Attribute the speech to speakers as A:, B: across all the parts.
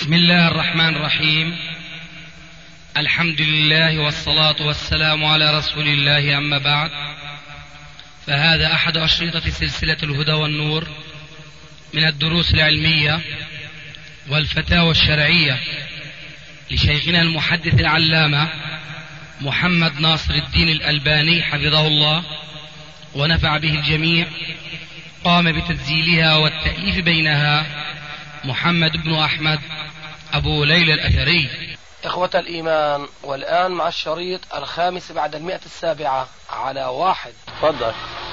A: بسم الله الرحمن الرحيم. الحمد لله والصلاة والسلام على رسول الله، أما بعد، فهذا أحد أشرطة سلسلة الهدى والنور من الدروس العلمية والفتاوى الشرعية لشيخنا المحدث العلامة محمد ناصر الدين الألباني حفظه الله ونفع به الجميع. قام بتسجيلها والتأليف بينها محمد بن أحمد أبو ليلى الأثري.
B: إخوة الإيمان، والآن مع الشريط الخامس بعد 107 على 1.
C: تفضل.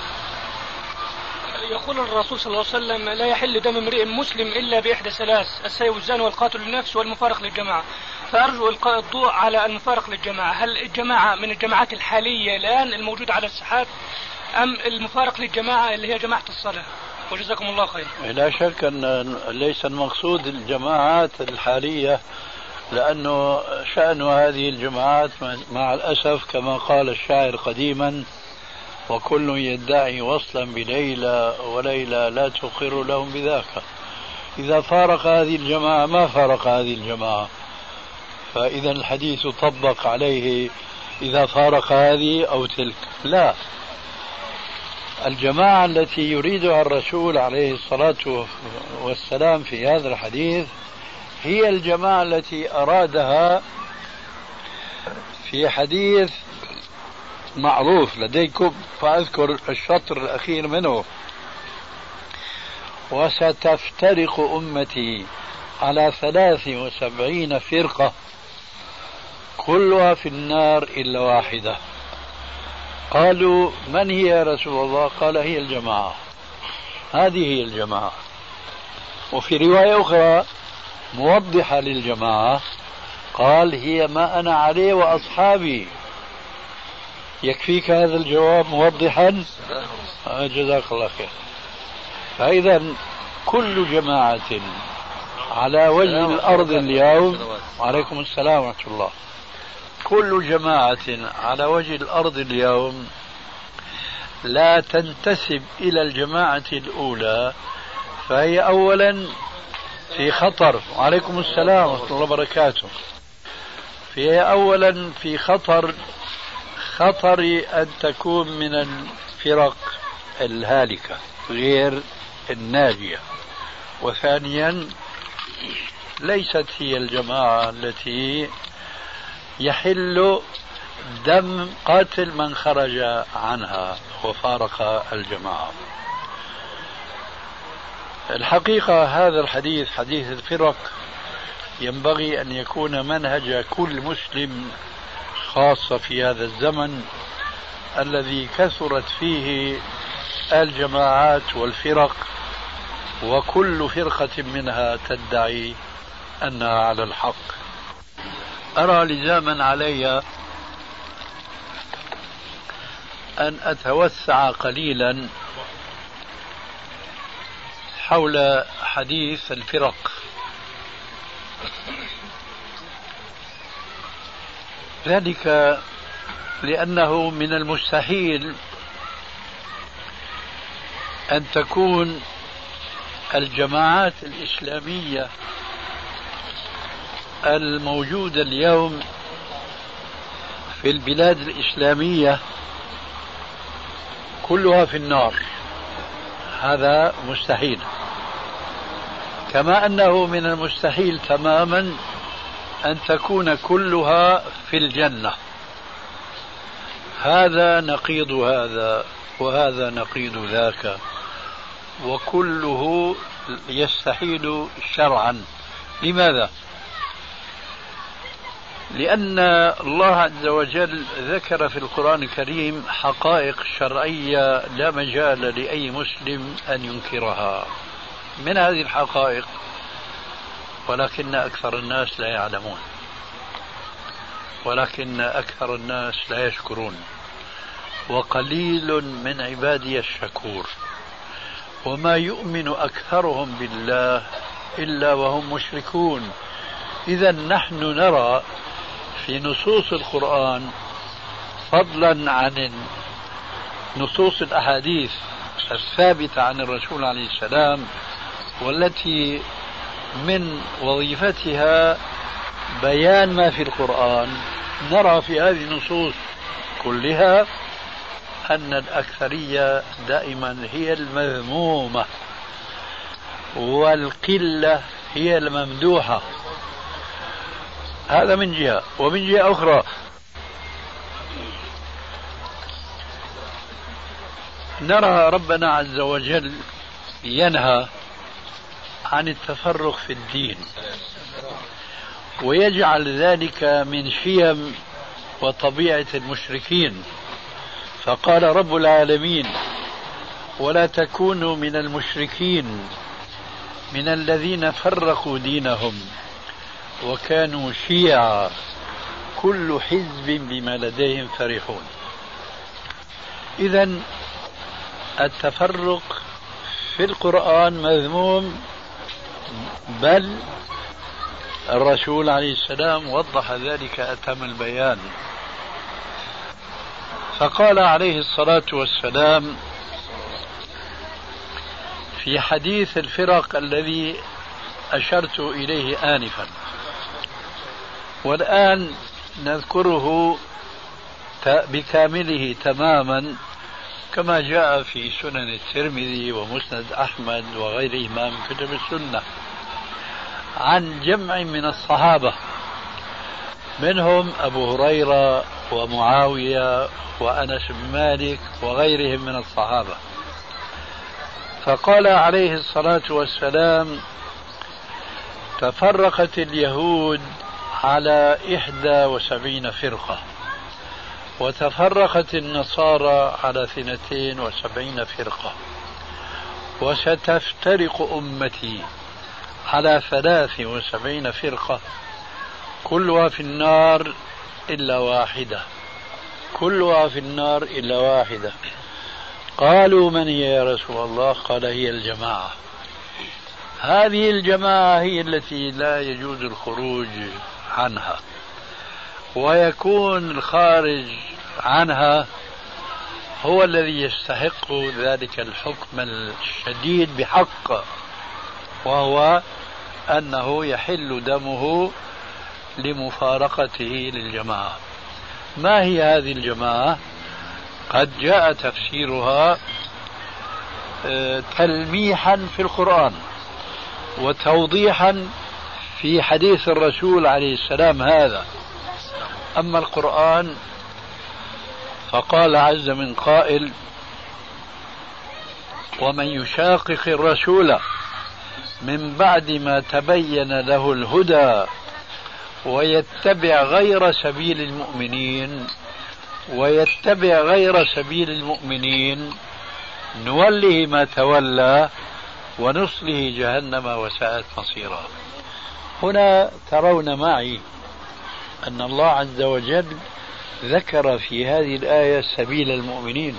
D: يقول الرسول صلى الله عليه وسلم: لا يحل دم امرئ مسلم إلا بإحدى ثلاث: السيب والزاني والقاتل للنفس والمفارق للجماعة. فأرجو إلقاء الضوء على المفارق للجماعة. هل الجماعة من الجماعات الحالية الآن الموجودة على الساحات، أم المفارق للجماعة اللي هي جماعة الصلاة؟ وجزاكم الله خير.
C: لا شك أن ليس المقصود الجماعات الحالية، لأنه شأن هذه الجماعات مع الأسف كما قال الشاعر قديما: وكل يدعي وصلا بليلى وليلى لا تقر لهم بذاك. إذا فارق هذه الجماعة ما فارق هذه الجماعة، فإذا الحديث طبق عليه إذا فارق هذه أو تلك. لا، الجماعة التي يريدها الرسول عليه الصلاة والسلام في هذا الحديث هي الجماعة التي أرادها في حديث معروف لديكم، فأذكر الشطر الأخير منه: وستفترق أمتي على 73 فرقة كلها في النار إلا واحدة. قالوا: من هي يا رسول الله؟ قال: هي الجماعة، هذه هي الجماعة. وفي رواية أخرى موضحة للجماعة قال: هي ما أنا عليه وأصحابي. يكفيك هذا الجواب موضحا؟ جزاك الله خير. فإذا كل جماعة على وجه الأرض اليوم، وعليكم السلام ورحمة الله، كل جماعة على وجه الأرض اليوم لا تنتسب إلى الجماعة الأولى فهي أولا في خطر. وعليكم السلام ورحمة الله وبركاته. فهي أولا في خطر أن تكون من الفرق الهالكة غير الناجية. وثانيا ليست هي الجماعة التي يحل دم قاتل من خرج عنها وفارق الجماعة. الحقيقة هذا الحديث، حديث الفرق، ينبغي أن يكون منهج كل مسلم، خاصة في هذا الزمن الذي كثرت فيه الجماعات والفرق، وكل فرقة منها تدعي أنها على الحق. أرى لزاما علي أن أتوسع قليلا حول حديث الفرق، ذلك لأنه من المستحيل أن تكون الجماعات الإسلامية الموجودة اليوم في البلاد الإسلامية كلها في النار. هذا مستحيل، كما أنه من المستحيل تماما أن تكون كلها في الجنة. هذا نقيض هذا وهذا نقيض ذاك، وكله يستحيل شرعا. لماذا؟ لأن الله عز وجل ذكر في القرآن الكريم حقائق شرعية لا مجال لأي مسلم أن ينكرها. من هذه الحقائق، ولكن أكثر الناس لا يعلمون، ولكن أكثر الناس لا يشكرون، وقليل من عبادي الشكور. وما يؤمن أكثرهم بالله إلا وهم مشركون. إذا نحن نرى في نصوص القرآن، فضلا عن نصوص الأحاديث الثابتة عن الرسول عليه السلام والتي من وظيفتها بيان ما في القرآن، نرى في هذه النصوص كلها أن الأكثرية دائما هي المذمومة والقلة هي الممدوحة. هذا من جهة. ومن جهة أخرى نرى ربنا عز وجل ينهى عن التفرق في الدين ويجعل ذلك من شيم وطبيعة المشركين. فقال رب العالمين: ولا تكونوا من المشركين من الذين فرقوا دينهم وكانوا شيعا كل حزب بما لديهم فرحون. إذن التفرق في القرآن مذموم، بل الرسول عليه السلام وضح ذلك أتم البيان، فقال عليه الصلاة والسلام في حديث الفرق الذي أشرت إليه آنفا، والآن نذكره بكامله تماما كما جاء في سنن الترمذي ومسند أحمد وغيرهما من كتب السنة عن جمع من الصحابة، منهم أبو هريرة ومعاوية وأنس بن مالك وغيرهم من الصحابة. فقال عليه الصلاة والسلام: تفرقت اليهود على 71 فرقة، وتفرقت النصارى على 72 فرقة، وستفترق أمتي على 73 فرقة، كلها في النار إلا واحدة، كلها في النار إلا واحدة. قالوا: من هي يا رسول الله؟ قال: هي الجماعة. هذه الجماعة هي التي لا يجوز الخروج عنها، ويكون الخارج عنها هو الذي يستحق ذلك الحكم الشديد بحق، وهو أنه يحل دمه لمفارقته للجماعة. ما هي هذه الجماعة؟ قد جاء تفسيرها تلميحا في القرآن وتوضيحا في حديث الرسول عليه السلام هذا. أما القرآن فقال عز من قائل: ومن يشاقق الرسول من بعد ما تبين له الهدى ويتبع غير سبيل المؤمنين نوله ما تولى ونصله جهنم وساءت مصيرا. هنا ترون معي أن الله عز وجل ذكر في هذه الآية سبيل المؤمنين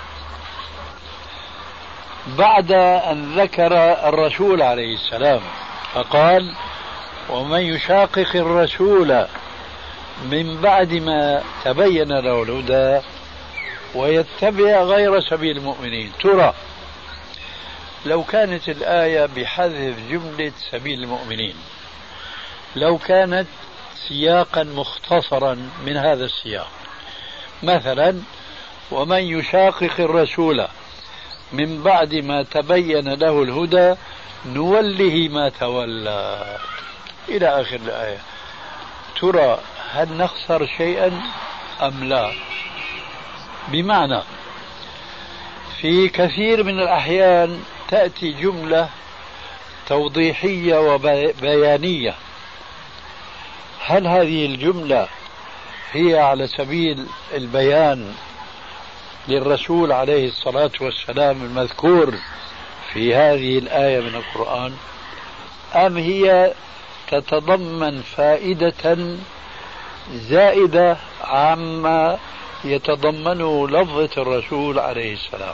C: بعد أن ذكر الرسول عليه السلام، فقال: ومن يشاقق الرسول من بعد ما تبين له الهدى ويتبع غير سبيل المؤمنين. ترى لو كانت الآية بحذف جملة سبيل المؤمنين، لو كانت سياقا مختصرا من هذا السياق، مثلا: ومن يشاقق الرسول من بعد ما تبين له الهدى نوله ما تولى إلى آخر الآية، ترى هل نخسر شيئا أم لا؟ بمعنى في كثير من الأحيان تأتي جملة توضيحية وبيانية، هل هذه الجملة هي على سبيل البيان للرسول عليه الصلاة والسلام المذكور في هذه الآية من القرآن، أم هي تتضمن فائدة زائدة عما يتضمنه لفظة الرسول عليه السلام؟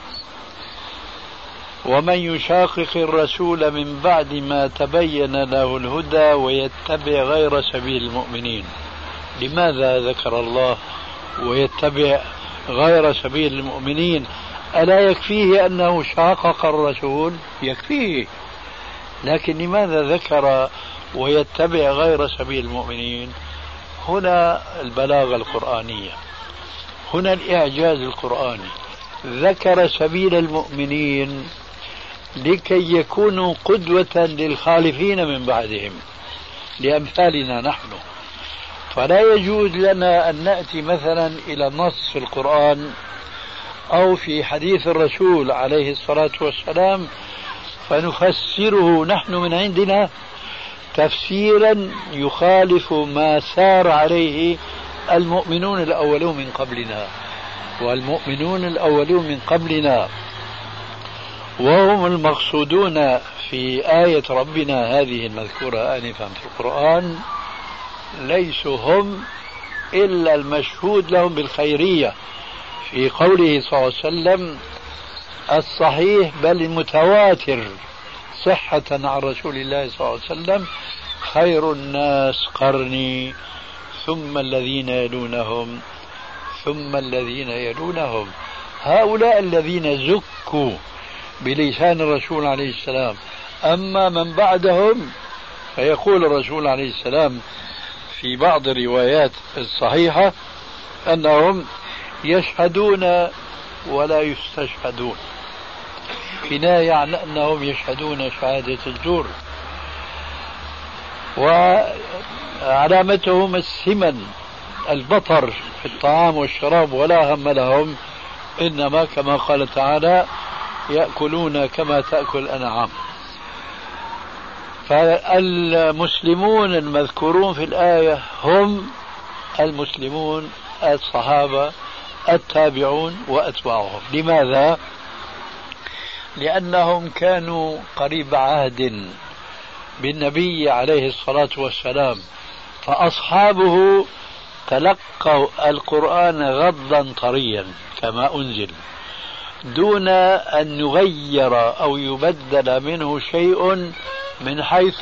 C: ومن يشاقق الرسول من بعد ما تبين له الهدى ويتبع غير سبيل المؤمنين. لماذا ذكر الله ويتبع غير سبيل المؤمنين؟ ألا يكفيه أنه شاقق الرسول؟ يكفيه، لكن لماذا ذكر ويتبع غير سبيل المؤمنين؟ هنا البلاغة القرآنية، هنا الإعجاز القرآني. ذكر سبيل المؤمنين لكي يكونوا قدوة للخالفين من بعدهم، لأمثالنا نحن. فلا يجوز لنا أن نأتي مثلا إلى نص في القرآن أو في حديث الرسول عليه الصلاة والسلام فنفسره نحن من عندنا تفسيرا يخالف ما سار عليه المؤمنون الأولون من قبلنا. والمؤمنون الأولون من قبلنا وهم المقصودون في آية ربنا هذه المذكورة آنفا في القرآن ليسوا هم إلا المشهود لهم بالخيرية في قوله صلى الله عليه وسلم الصحيح بل المتواتر صحة عن رسول الله صلى الله عليه وسلم خير الناس قرني ثم الذين يلونهم ثم الذين يلونهم. هؤلاء الذين زكوا بلسان الرسول عليه السلام. أما من بعدهم فيقول الرسول عليه السلام في بعض الروايات الصحيحة أنهم يشهدون ولا يستشهدون، كناية عن أنهم يشهدون شهادة الزور. وعلامتهم السمن البطر في الطعام والشراب ولا هم لهم، إنما كما قال تعالى يأكلون كما تأكل الأنعام. فالمسلمون المذكورون في الآية هم المسلمون الصحابة التابعون وأتباعهم. لماذا؟ لأنهم كانوا قريب عهد بالنبي عليه الصلاة والسلام، فأصحابه تلقوا القرآن غضا طريا كما أنزل دون أن يغير أو يبدل منه شيء من حيث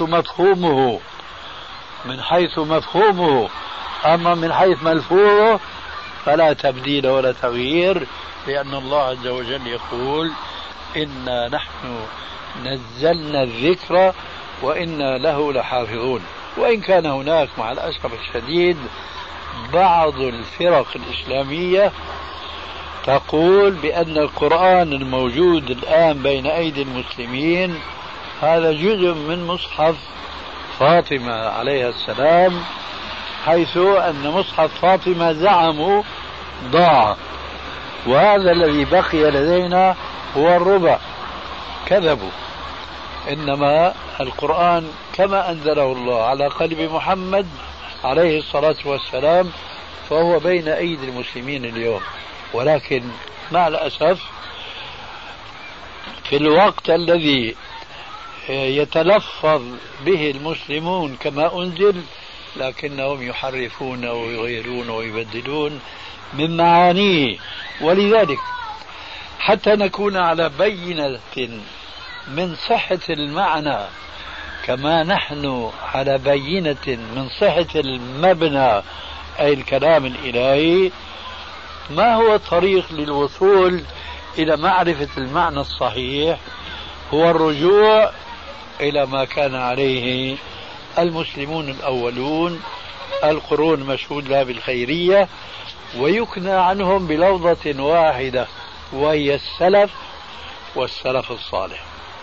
C: مفهومه. أما من حيث ملفوظه فلا تبديل ولا تغيير، لأن الله عز وجل يقول إنا نحن نزلنا الذكر وإنا له لحافظون. وإن كان هناك مع الأسف الشديد بعض الفرق الإسلامية تقول بأن القرآن الموجود الآن بين أيدي المسلمين هذا جزء من مصحف فاطمة عليها السلام، حيث أن مصحف فاطمة زعموا ضاع وهذا الذي بقي لدينا هو الربع. كذبوا، إنما القرآن كما أنزله الله على قلب محمد عليه الصلاة والسلام فهو بين أيدي المسلمين اليوم. ولكن مع الأسف في الوقت الذي يتلفظ به المسلمون كما أنزل لكنهم يحرفون ويغيرون ويبدلون من معانيه. ولذلك حتى نكون على بينة من صحة المعنى كما نحن على بينة من صحة المبنى أي الكلام الإلهي، ما هو الطريق للوصول إلى معرفة المعنى الصحيح؟ هو الرجوع إلى ما كان عليه المسلمون الأولون، القرون مشهود لها بالخيرية، ويكنى عنهم بلفظة واحدة وهي السلف والسلف الصالح.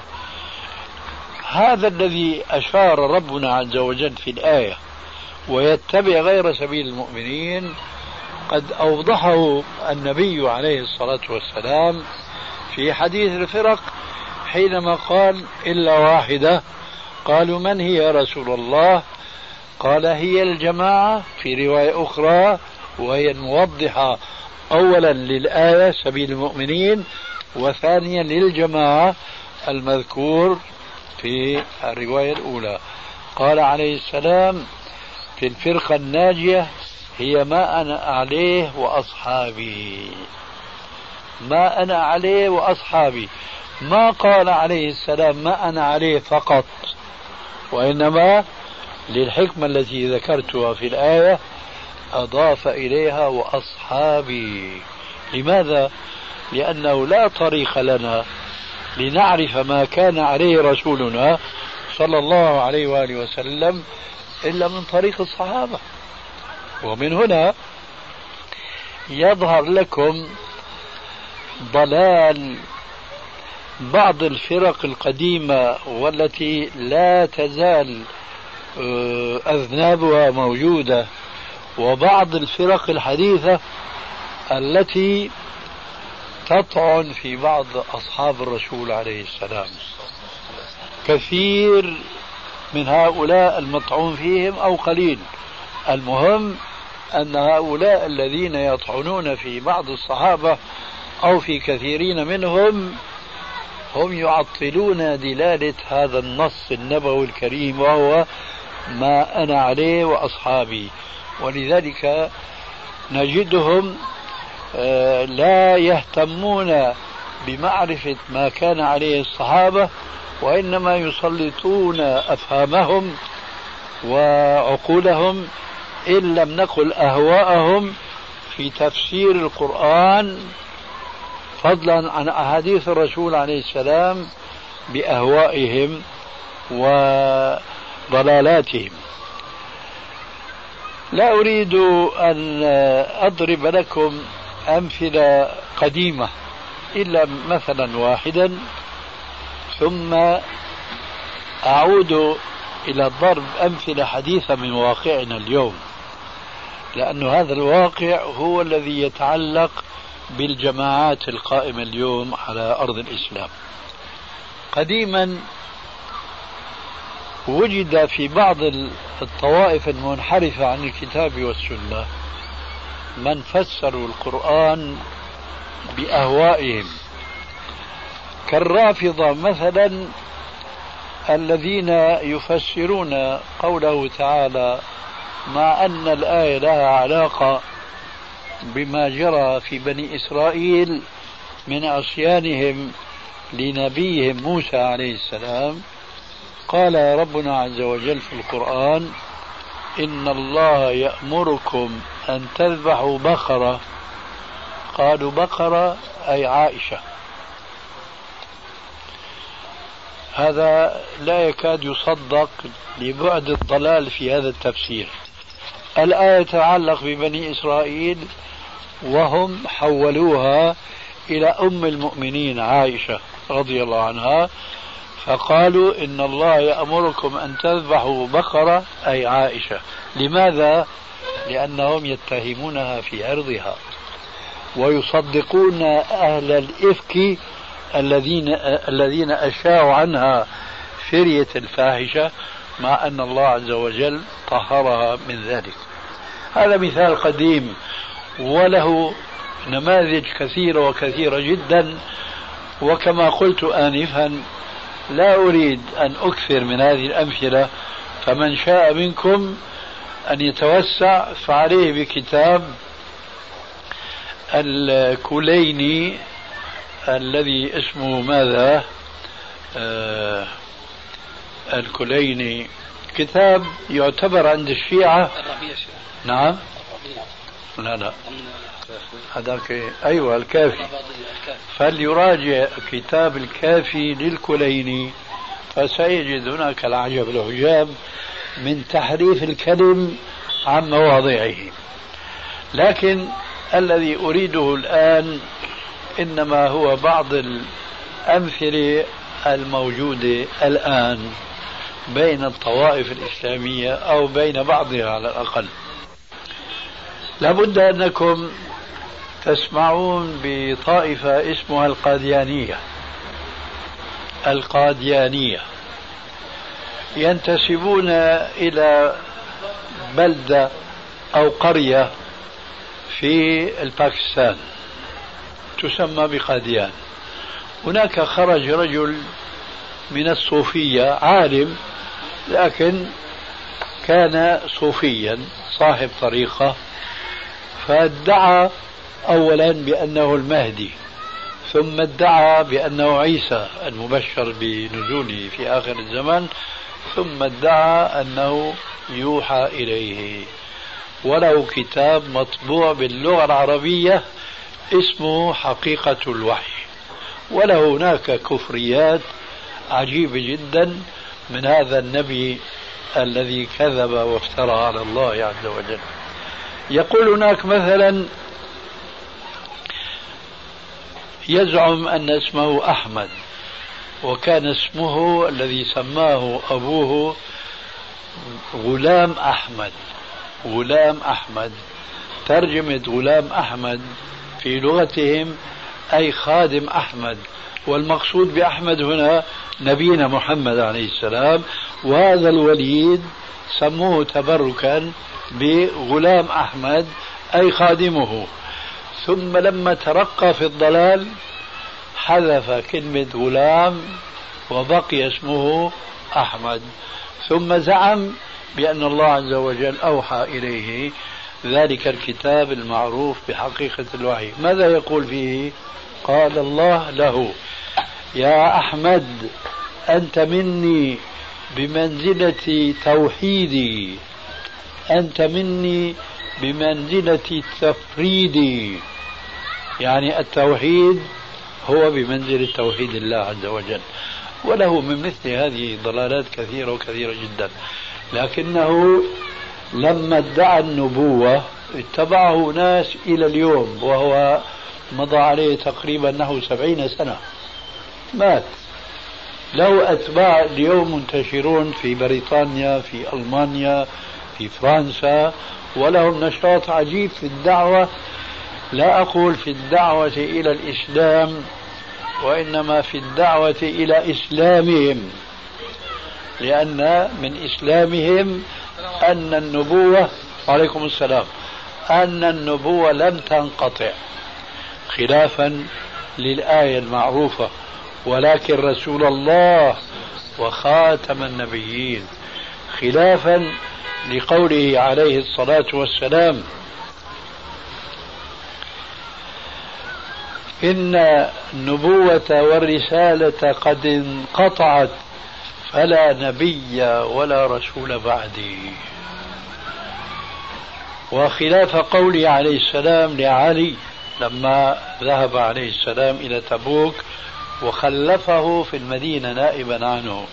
C: هذا الذي أشار ربنا عز وجل في الآية ويتبع غير سبيل المؤمنين قد أوضحه النبي عليه الصلاة والسلام في حديث الفرق حينما قال إلا واحدة. قالوا من هي يا رسول الله؟ قال هي الجماعة في رواية أخرى وهي الموضحة أولا للآية سبيل المؤمنين وثانيا للجماعة المذكور في الرواية الأولى. قال عليه السلام في الفرقة الناجية هي ما أنا عليه وأصحابي، ما أنا عليه وأصحابي. ما قال عليه السلام ما أنا عليه فقط، وإنما للحكمة التي ذكرتها في الآية أضاف إليها وأصحابي. لماذا؟ لأنه لا طريق لنا لنعرف ما كان عليه رسولنا صلى الله عليه وآله وسلم إلا من طريق الصحابة. ومن هنا يظهر لكم ضلال بعض الفرق القديمة والتي لا تزال أذنابها موجودة، وبعض الفرق الحديثة التي تطعن في بعض أصحاب الرسول عليه السلام. كثير من هؤلاء المطعون فيهم أو قليل، المهم أن هؤلاء الذين يطعنون في بعض الصحابة أو في كثيرين منهم هم يعطلون دلالة هذا النص النبوي الكريم، وهو ما أنا عليه وأصحابي. ولذلك نجدهم لا يهتمون بمعرفة ما كان عليه الصحابة، وإنما يسلطون أفهامهم وعقولهم إن لم نقل أهواءهم في تفسير القرآن، فضلا عن أحاديث الرسول عليه السلام، بأهوائهم وضلالاتهم. لا أريد أن أضرب لكم أمثلة قديمة إلا مثلا واحدا، ثم أعود إلى ضرب أمثلة حديثة من واقعنا اليوم، لأن هذا الواقع هو الذي يتعلق بالجماعات القائمة اليوم على أرض الإسلام. قديما وجد في بعض الطوائف المنحرفة عن الكتاب والسنة من فسروا القرآن بأهوائهم، كالرافضة مثلا الذين يفسرون قوله تعالى مع أن الآية لها علاقة بما جرى في بني إسرائيل من عصيانهم لنبيهم موسى عليه السلام. قال ربنا عز وجل في القرآن إن الله يأمركم أن تذبحوا بقرة، قالوا بقرة أي عائشة. هذا لا يكاد يصدق لبعد الضلال في هذا التفسير. الآية تتعلق ببني إسرائيل وهم حولوها إلى أم المؤمنين عائشة رضي الله عنها، فقالوا إن الله يأمركم أن تذبحوا بقرة أي عائشة. لماذا؟ لأنهم يتهمونها في عرضها ويصدقون أهل الإفك الذين أشاعوا عنها فرية الفاحشة، مع أن الله عز وجل طهرها من ذلك. هذا مثال قديم وله نماذج كثيرة وكثيرة جدا، وكما قلت آنفا لا أريد أن أكثر من هذه الأمثلة، فمن شاء منكم أن يتوسع فعليه بكتاب الكليني الذي اسمه ماذا؟ الكليني، كتاب يعتبر عند الشيعة. نعم لا هذاك أيوة الكافي، فليراجع كتاب الكافي للكليني فسيجد هناك العجب العجاب من تحريف الكلم عن مواضعه. لكن الذي أريده الآن إنما هو بعض الأمثلة الموجودة الآن بين الطوائف الإسلامية أو بين بعضها على الأقل. لابد أنكم تسمعون بطائفة اسمها القاديانية. القاديانية ينتسبون إلى بلدة أو قرية في الباكستان تسمى بقاديان. هناك خرج رجل من الصوفية، عالم لكن كان صوفيا صاحب طريقة، فادعى أولا بأنه المهدي، ثم ادعى بأنه عيسى المبشر بنزوله في آخر الزمان، ثم ادعى أنه يوحى إليه، وله كتاب مطبوع باللغة العربية اسمه حقيقة الوحي. وله هناك كفريات عجيبة جدا، من هذا النبي الذي كذب وافترى على الله عز وجل. يقول هناك مثلا يزعم أن اسمه أحمد، وكان اسمه الذي سماه أبوه غلام أحمد. غلام أحمد، ترجمة غلام أحمد في لغتهم أي خادم أحمد، والمقصود بأحمد هنا نبينا محمد عليه السلام. وهذا الوليد سموه تبركا بغلام أحمد أي خادمه. ثم لما ترقى في الضلال حذف كلمة غلام وبقي اسمه أحمد، ثم زعم بأن الله عز وجل أوحى إليه ذلك الكتاب المعروف بحقيقة الوحي. ماذا يقول فيه؟ قال الله له: يا أحمد أنت مني بمنزلة توحيدي، أنت مني بمنزلة التفريد. يعني التوحيد هو بمنزلة توحيد الله عز وجل. وله من مثل هذه ضلالات كثيرة وكثيرة جدا، لكنه لما ادعى النبوة اتبعه ناس إلى اليوم، وهو مضى عليه تقريبا نحو 70 سنة، مات. له أتباع اليوم منتشرون في بريطانيا، في ألمانيا، في فرنسا، ولهم نشاط عجيب في الدعوة. لا أقول في الدعوة إلى الإسلام، وإنما في الدعوة إلى إسلامهم، لأن من إسلامهم أن النبوة، وعليكم السلام، أن النبوة لم تنقطع، خلافا للآية المعروفة: ولكن رسول الله وخاتم النبيين، خلافا لقوله عليه الصلاة والسلام: إن النبوة والرسالة قد انقطعت فلا نبي ولا رسول بعدي. وخلاف قوله عليه السلام لعلي لما ذهب عليه السلام إلى تبوك وخلفه في المدينة نائبا عنه،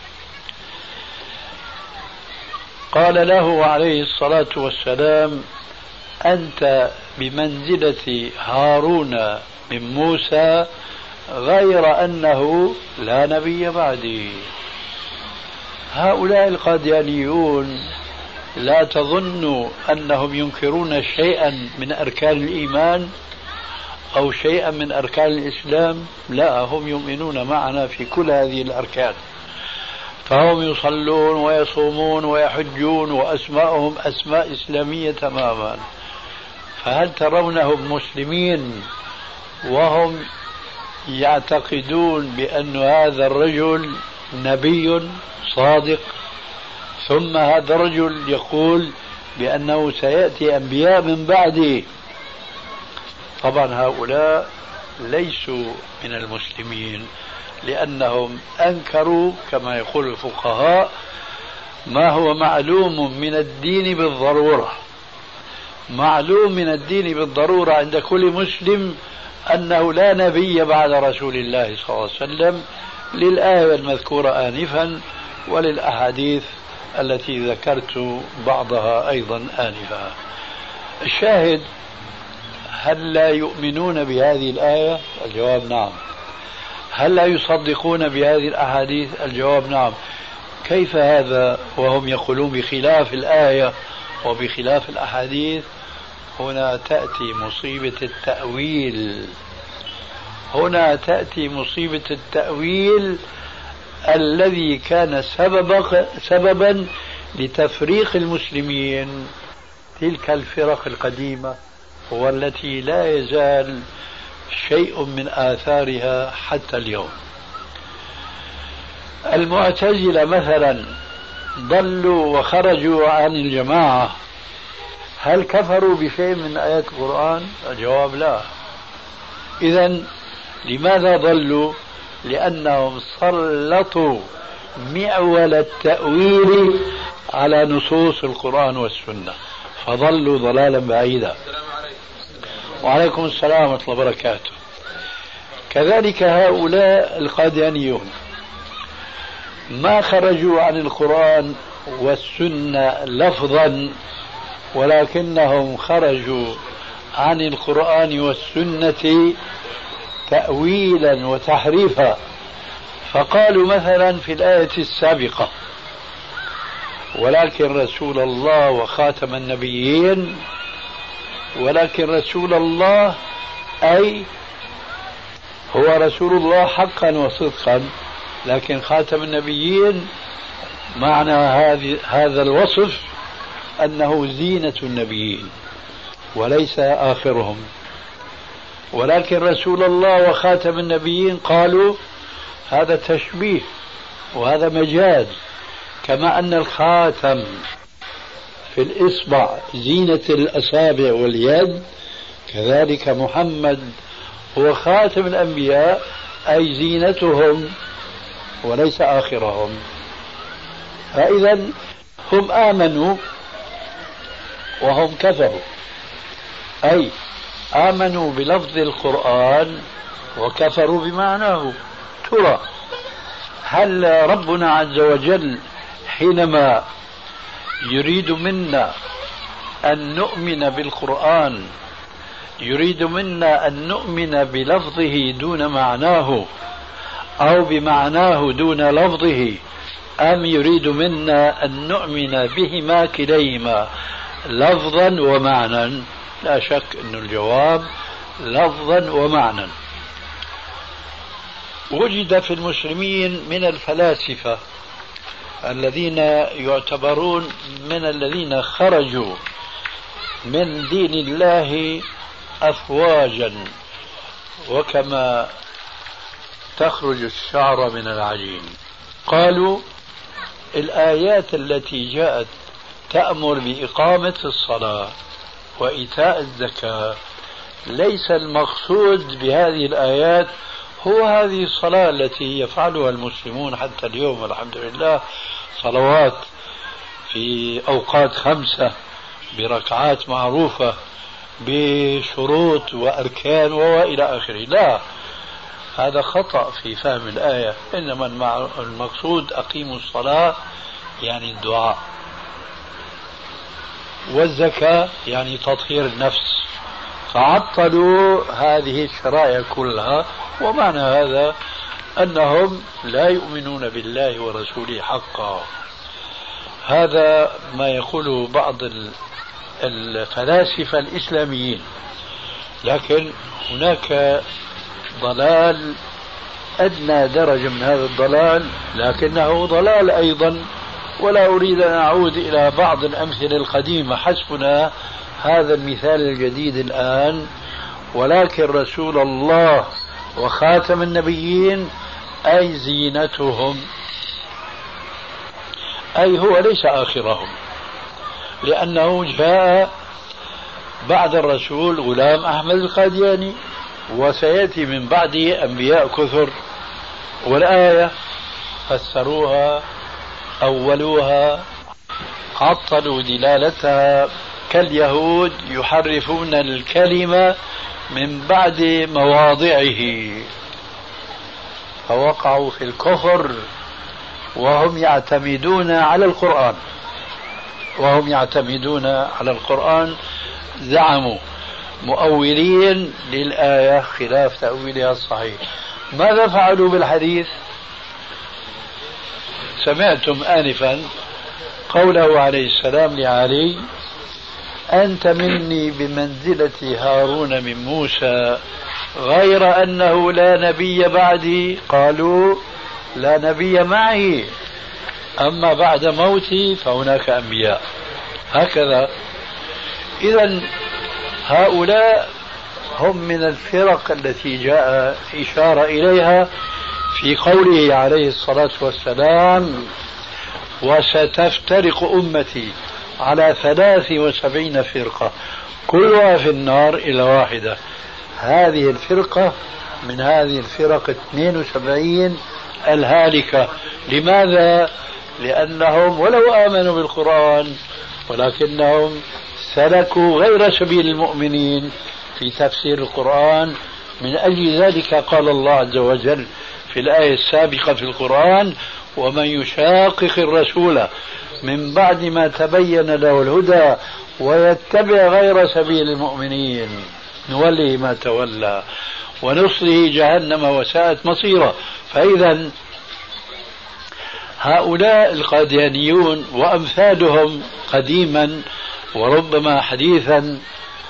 C: قال له عليه الصلاة والسلام: أنت بمنزلة هارون من موسى، غير أنه لا نبي بعدي. هؤلاء القاديانيون لا تظنوا أنهم ينكرون شيئا من أركان الإيمان أو شيئا من أركان الإسلام، لا، هم يؤمنون معنا في كل هذه الأركان، فهم يصلون ويصومون ويحجون وأسماءهم أسماء إسلامية تماما. فهل ترونهم مسلمين وهم يعتقدون بأن هذا الرجل نبي صادق، ثم هذا الرجل يقول بأنه سيأتي أنبياء من بعده؟ طبعا هؤلاء ليسوا من المسلمين، لأنهم أنكروا كما يقول الفقهاء ما هو معلوم من الدين بالضرورة. معلوم من الدين بالضرورة عند كل مسلم أنه لا نبي بعد رسول الله صلى الله عليه وسلم، للآية المذكورة آنفا وللأحاديث التي ذكرت بعضها أيضا آنفا. الشاهد: هل لا يؤمنون بهذه الآية؟ الجواب نعم. هل لا يصدقون بهذه الأحاديث؟ الجواب نعم. كيف هذا وهم يقولون بخلاف الآية وبخلاف الأحاديث؟ هنا تأتي مصيبة التأويل. هنا تأتي مصيبة التأويل الذي كان سببا لتفريق المسلمين، تلك الفرق القديمة والتي لا يزال شيء من آثارها حتى اليوم. المعتزلة مثلا ضلوا وخرجوا عن الجماعة، هل كفروا بشيء من آيات القرآن؟ الجواب لا. إذن لماذا ضلوا؟ لأنهم سلطوا معول التأويل على نصوص القرآن والسنة، فضلوا ضلالا بعيدا. وعليكم السلام ورحمة الله وبركاته. كذلك هؤلاء القاديانيون ما خرجوا عن القرآن والسنة لفظا، ولكنهم خرجوا عن القرآن والسنة تأويلا وتحريفا. فقالوا مثلا في الآية السابقة: ولكن رسول الله وخاتم النبيين، ولكن رسول الله أي هو رسول الله حقا وصدقا، لكن خاتم النبيين معنى هذا الوصف أنه زينة النبيين وليس آخرهم. ولكن رسول الله وخاتم النبيين قالوا هذا تشبيه وهذا مجاز، كما أن الخاتم في الإصبع زينة الأصابع واليد، كذلك محمد هو خاتم الأنبياء أي زينتهم وليس آخرهم. فإذا هم آمنوا وهم كفروا، أي آمنوا بلفظ القرآن وكفروا بمعناه. ترى هل ربنا عز وجل حينما يريد منا أن نؤمن بالقرآن يريد منا أن نؤمن بلفظه دون معناه أو بمعناه دون لفظه، أم يريد منا أن نؤمن بهما كليهما لفظا ومعنى؟ لا شك أن الجواب لفظا ومعنى. وجد في المسلمين من الفلاسفة الذين يعتبرون من الذين خرجوا من دين الله أفواجا، وكما تخرج الشعر من العجين. قالوا الآيات التي جاءت تأمر بإقامة الصلاة وإيتاء الزكاة ليس المقصود بهذه الآيات هو هذه الصلاة التي يفعلها المسلمون حتى اليوم والحمد لله، صلوات في أوقات 5 بركعات معروفة بشروط وأركان وإلى آخره. لا، هذا خطأ في فهم الآية. إنما المقصود أقيموا الصلاة يعني الدعاء، والزكاة يعني تطهير النفس، فعطلوا هذه الشرائع كلها. ومعنى هذا أنهم لا يؤمنون بالله ورسوله حقا. هذا ما يقوله بعض الفلاسفة الإسلاميين. لكن هناك ضلال أدنى درجة من هذا الضلال، لكنه ضلال أيضا. ولا أريد أن أعود إلى بعض الأمثلة القديمة، حسبنا هذا المثال الجديد الآن. ولكن رسول الله وخاتم النبيين أي زينتهم، أي هو ليس آخرهم، لأنه جاء بعد الرسول غلام أحمد القادياني، وسيأتي من بعده أنبياء كثر. والآية فسروها أولوها عطلوا دلالتها، كاليهود يحرفون الكلمة من بعد مواضعه، فوقعوا في الكفر وهم يعتمدون على القرآن زعموا مؤولين للآية خلاف تأويلها الصحيح. ماذا فعلوا بالحديث؟ سمعتم آنفا قوله عليه السلام لعلي: أنت مني بمنزلة هارون من موسى، غير أنه لا نبي بعدي. قالوا: لا نبي معي، أما بعد موتي فهناك أنبياء. هكذا. إذن هؤلاء هم من الفرق التي جاء إشارة إليها في قوله عليه الصلاة والسلام: وستفترق أمتي على 73 فرقة كلها في النار إلا واحدة. هذه الفرقة من هذه الفرق 72 الهالكة. لماذا؟ لأنهم ولو آمنوا بالقرآن ولكنهم سلكوا غير سبيل المؤمنين في تفسير القرآن. من أجل ذلك قال الله عز وجل في الآية السابقة في القرآن: ومن يشاقق الرسول من بعد ما تبين له الهدى ويتبع غير سبيل المؤمنين نوله ما تولى ونصله جهنم وساءت مصيرا. فإذا هؤلاء القاديانيون وأمثالهم قديما وربما حديثا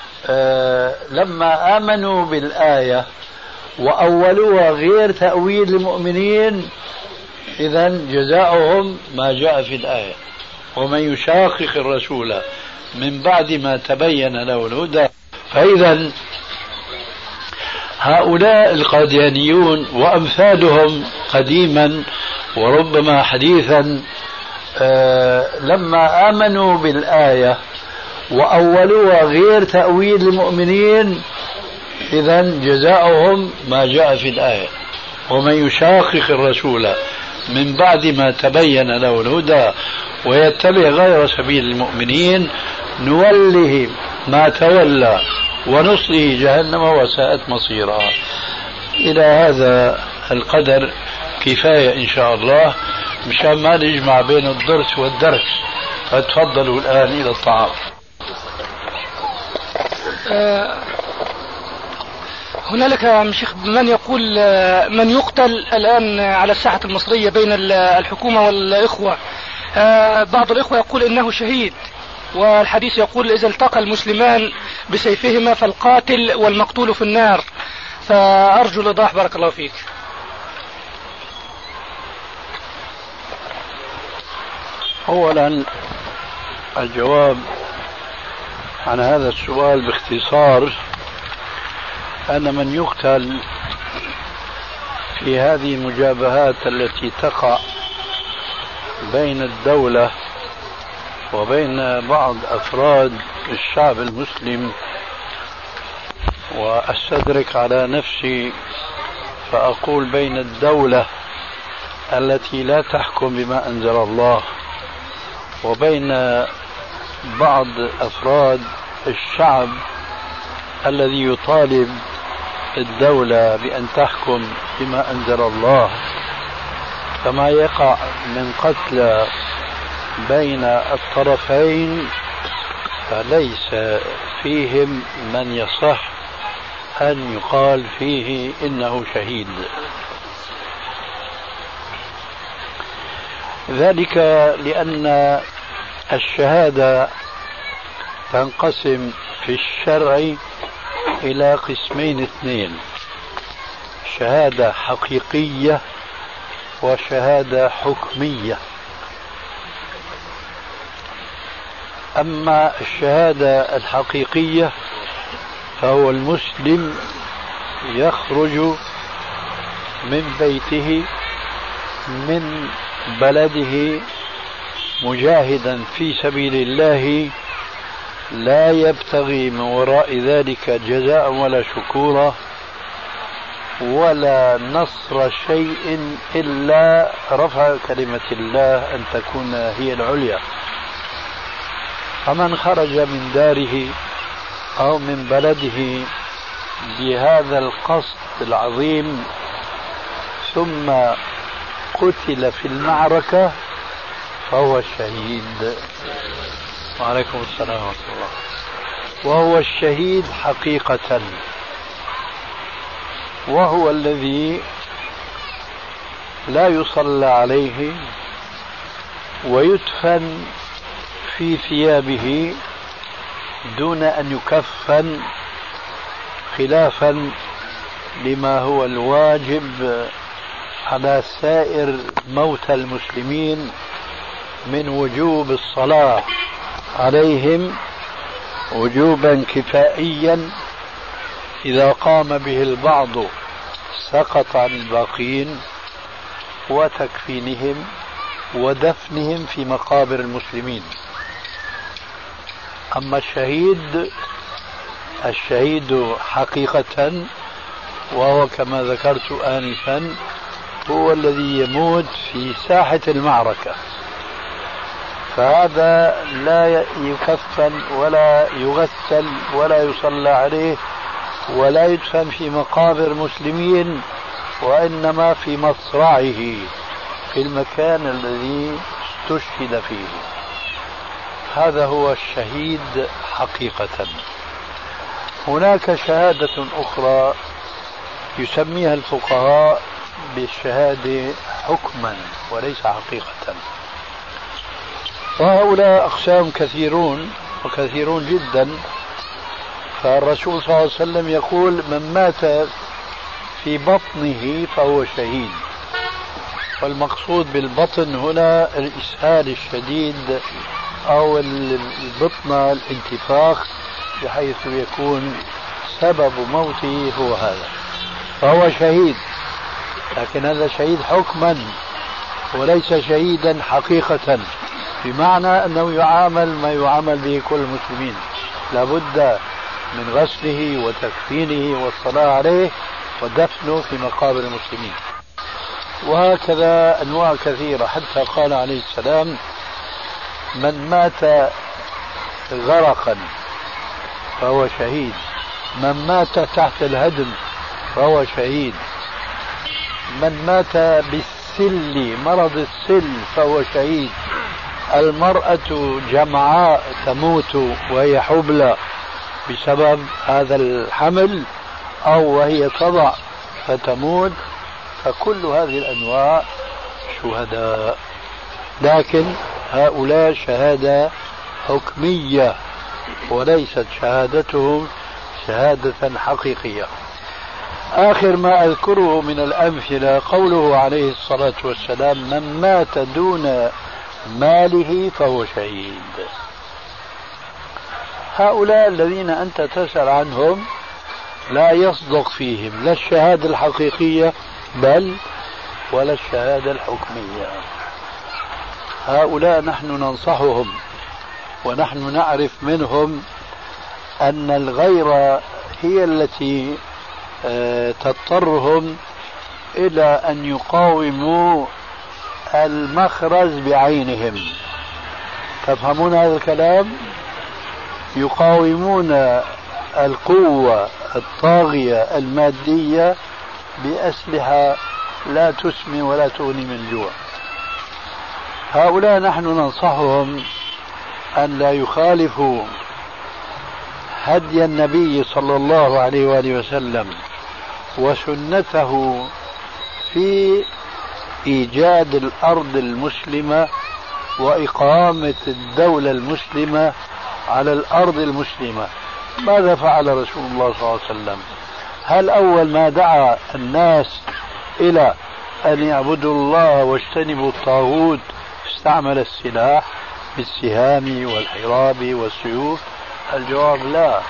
C: لما آمنوا بالآية وأولوها غير تأويل المؤمنين إذا جزاؤهم ما جاء في الآية ومن يشاقق الرسول من بعد ما تبين له الهدى. فإذا هؤلاء القاديانيون وأمثالهم قديما وربما حديثا لما آمنوا بالآية وأولوها غير تأويل المؤمنين إذا جزاؤهم ما جاء في الآية ومن يشاقق الرسول من بعد ما تبين له الهدى ويتبع غير سبيل المؤمنين نوله ما تولى ونصله جهنم وساءت مصيرا. إلى هذا القدر كفاية إن شاء الله مشان ما نجمع بين الضرس والدرس. فتفضلوا الآن إلى الطعام.
D: هنالك يا شيخ من يقول من يقتل الآن على الساحة المصرية بين الحكومة والإخوة. بعض الإخوة يقول إنه شهيد، والحديث يقول إذا التقى المسلمان بسيفهما فالقاتل والمقتول في النار. فأرجو الإيضاح بارك الله فيك.
C: أولا الجواب عن هذا السؤال باختصار أن من يقتل في هذه المجابهات التي تقع بين الدولة وبين بعض أفراد الشعب المسلم، وأستدرك على نفسي فأقول بين الدولة التي لا تحكم بما أنزل الله وبين بعض أفراد الشعب الذي يطالب الدولة بأن تحكم بما أنزل الله، فما يقع من قتل بين الطرفين فليس فيهم من يصح أن يقال فيه إنه شهيد. ذلك لأن الشهادة تنقسم في الشرع إلى قسمين اثنين: شهادة حقيقية وشهادة حكمية. أما الشهادة الحقيقية فهو المسلم يخرج من بيته من بلده مجاهدا في سبيل الله لا يبتغي من وراء ذلك جزاء ولا شكورا ولا نصر شيء إلا رفع كلمة الله أن تكون هي العليا. فمن خرج من داره أو من بلده بهذا القصد العظيم ثم قتل في المعركة فهو الشهيد. وعليكم السلام ورحمة الله. وهو الشهيد حقيقة، وهو الذي لا يصلى عليه ويدفن في ثيابه دون أن يكفن، خلافا لما هو الواجب على سائر موتى المسلمين من وجوب الصلاة عليهم وجوبا كفائيا إذا قام به البعض سقط عن الباقين، وتكفينهم ودفنهم في مقابر المسلمين. أما الشهيد حقيقة وهو كما ذكرت آنفا هو الذي يموت في ساحة المعركة، فهذا لا يكفن ولا يغسل ولا يصلى عليه ولا يدفن في مقابر مسلمين، وإنما في مصرعه في المكان الذي استشهد فيه. هذا هو الشهيد حقيقة. هناك شهادة أخرى يسميها الفقهاء بالشهادة حكما وليس حقيقة، وهؤلاء أقسام كثيرون جدا. فالرسول صلى الله عليه وسلم يقول: من مات في بطنه فهو شهيد. والمقصود بالبطن هنا الإسهال الشديد أو البطنة، الانتفاخ، بحيث يكون سبب موته هو هذا، فهو شهيد. لكن هذا شهيد حكما وليس شهيدا حقيقة، بمعنى أنه يعامل ما يعامل به كل المسلمين، لابد من غسله وتكفينه والصلاة عليه ودفنه في مقابر المسلمين. وهكذا أنواع كثيرة، حتى قال عليه السلام: من مات غرقا فهو شهيد، من مات تحت الهدم فهو شهيد، من مات بالسل، مرض السل، فهو شهيد، المرأة جمعاء تموت وهي حبلى بسبب هذا الحمل أو وهي تضع فتموت، فكل هذه الأنواع شهداء. لكن هؤلاء شهادة حكمية وليست شهادتهم شهادة حقيقية. آخر ما أذكره من الأمثلة قوله عليه الصلاة والسلام: من مات دون ماله فهو شهيد. هؤلاء الذين أنت تسأل عنهم لا يصدق فيهم لا الشهادة الحقيقية بل ولا الشهادة الحكمية. هؤلاء نحن ننصحهم، ونحن نعرف منهم أن الغيرة هي التي تضطرهم إلى أن يقاوموا المخرج بعينهم. تفهمون هذا الكلام؟ يقاومون القوة الطاغية المادية بأسلحة لا تسمن ولا تغني من جوع. هؤلاء نحن ننصحهم أن لا يخالفوا هدي النبي صلى الله عليه وآله وسلم وسنته في إيجاد الأرض المسلمة وإقامة الدولة المسلمة على الأرض المسلمة. ماذا فعل رسول الله صلى الله عليه وسلم؟ هل أول ما دعا الناس إلى أن يعبدوا الله واجتنبوا الطاغوت استعمل السلاح بالسهام والحراب والسيوف؟ الجواب لا.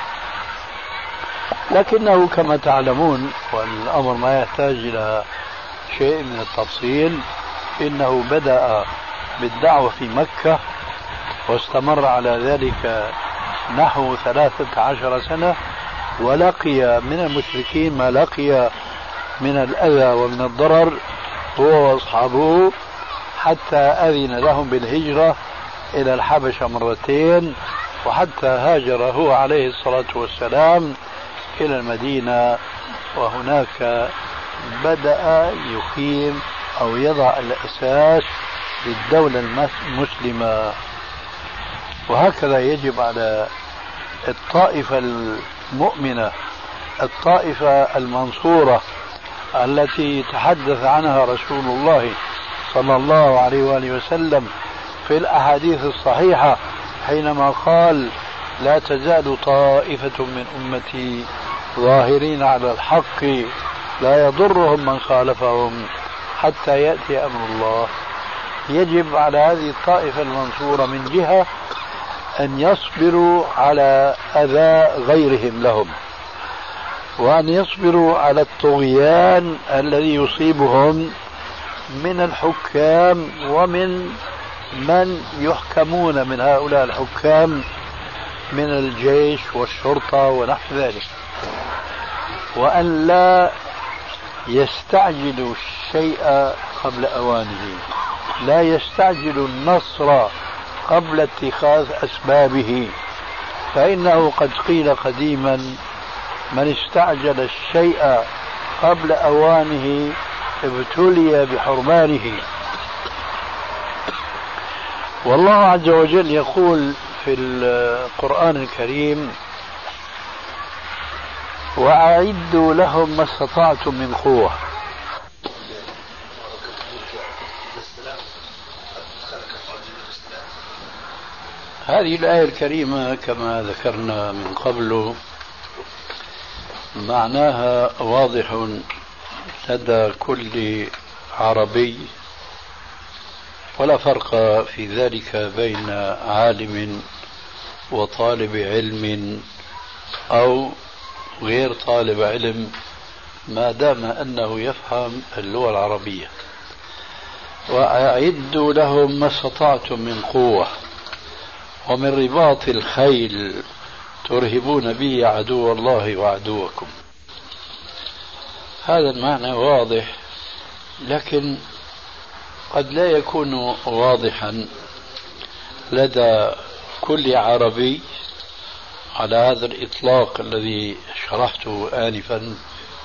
C: لكنه كما تعلمون، والأمر ما يحتاج إلى شيء من التفصيل، إنه بدأ بالدعوة في مكة واستمر على ذلك نحو 13 سنة، ولقي من المشركين ما لقي من الأذى ومن الضرر هو وأصحابه، حتى أذن لهم بالهجرة إلى الحبشة مرتين، وحتى هاجر هو عليه الصلاة والسلام إلى المدينة، وهناك بدأ يقيم أو يضع الأساس للدولة المسلمة. وهكذا يجب على الطائفة المؤمنة، الطائفة المنصورة التي تحدث عنها رسول الله صلى الله عليه وآله وسلم في الأحاديث الصحيحة حينما قال: لا تزال طائفة من أمتي ظاهرين على الحق لا يضرهم من خالفهم حتى يأتي أمر الله. يجب على هذه الطائفة المنصورة من جهة أن يصبروا على أذى غيرهم لهم، وأن يصبروا على الطغيان الذي يصيبهم من الحكام ومن من يحكمون من هؤلاء الحكام من الجيش والشرطة ونحو ذلك، وأن لا يستعجلوا الشيء قبل أوانه، لا يستعجلوا النصر قبل اتخاذ أسبابه، فإنه قد قيل قديما: من استعجل الشيء قبل أوانه ابتلي بحرمانه. والله عز وجل يقول في القرآن الكريم: وأعدوا لهم ما استطعتم من قوة. هذه الآية الكريمة كما ذكرنا من قبل معناها واضح لدى كل عربي، ولا فرق في ذلك بين عالم وطالب علم أو غير طالب علم ما دام أنه يفهم اللغة العربية. وأعدوا لهم ما استطعتم من قوة ومن رباط الخيل ترهبون به عدو الله وعدوكم. هذا المعنى واضح، لكن قد لا يكون واضحا لدى كل عربي على هذا الإطلاق الذي شرحته آنفا.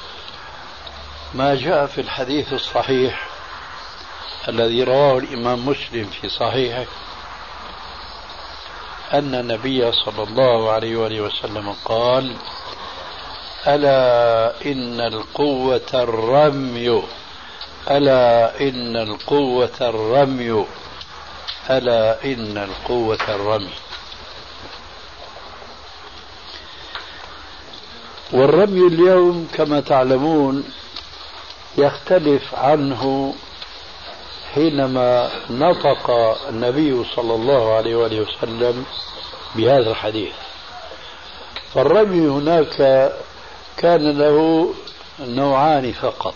C: ما جاء في الحديث الصحيح الذي رواه الإمام مسلم في صحيحه أن النبي صلى الله عليه وآله وسلم قال: ألا إن القوة الرمي، ألا إن القوة الرمي، ألا إن القوة الرمي. والرمي اليوم كما تعلمون يختلف عنه حينما نطق النبي صلى الله عليه وآله وسلم بهذا الحديث. فالرمي هناك كان له نوعان فقط: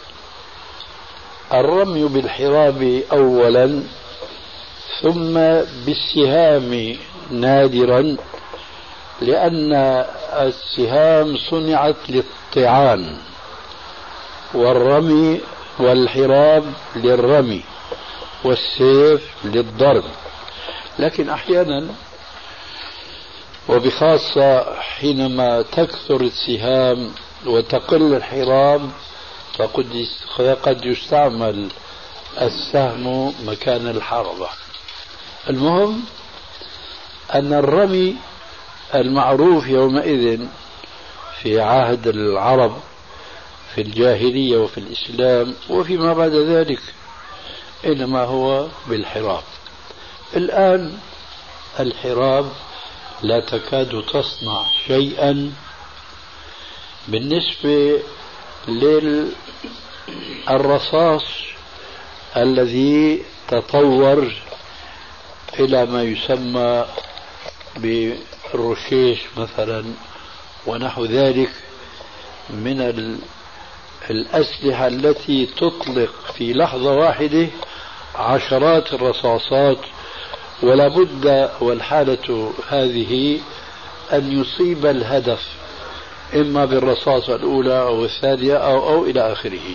C: الرمي بالحراب أولا، ثم بالسهام نادرا، لأن السهام صنعت للطعان والرمي والحراب للرمي والسيف للضرب. لكن أحيانا وبخاصة حينما تكثر السهام وتقل الحراب فقد يستعمل السهم مكان الحربة. المهم أن الرمي المعروف يومئذ في عهد العرب في الجاهلية وفي الإسلام وفيما بعد ذلك إنما هو بالحراب. الآن الحراب لا تكاد تصنع شيئا بالنسبة للرصاص الذي تطور إلى ما يسمى بالرشيش مثلا ونحو ذلك من الأسلحة التي تطلق في لحظة واحدة عشرات الرصاصات، ولا بد والحالة هذه أن يصيب الهدف إما بالرصاصة الأولى أو الثانية أو إلى آخره.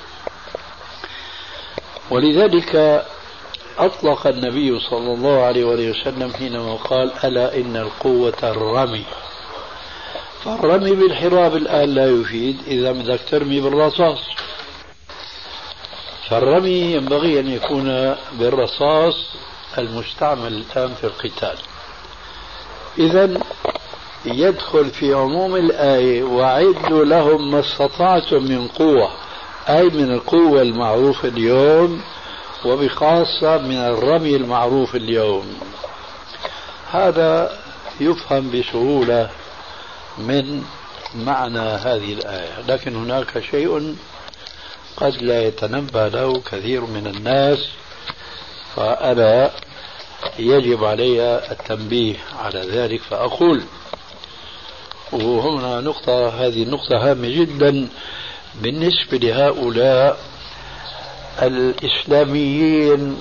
C: ولذلك أطلق النبي صلى الله عليه وسلم حينما قال: ألا إن القوة الرمي. فالرمي بالحراب الآن لا يفيد إذا بدك ترمي بالرصاص، فالرمي ينبغي أن يكون بالرصاص المستعمل الآن في القتال. إذن يدخل في عموم الآية: وأعدوا لهم ما استطعتم من قوة، أي من القوة المعروفة اليوم وبخاصة من الرمي المعروف اليوم. هذا يفهم بسهولة من معنى هذه الآية، لكن هناك شيء قد لا يتنبه له كثير من الناس، فأنا يجب علي التنبيه على ذلك. فأقول، وهنا نقطة، هذه النقطة هامة جدا بالنسبة لهؤلاء الإسلاميين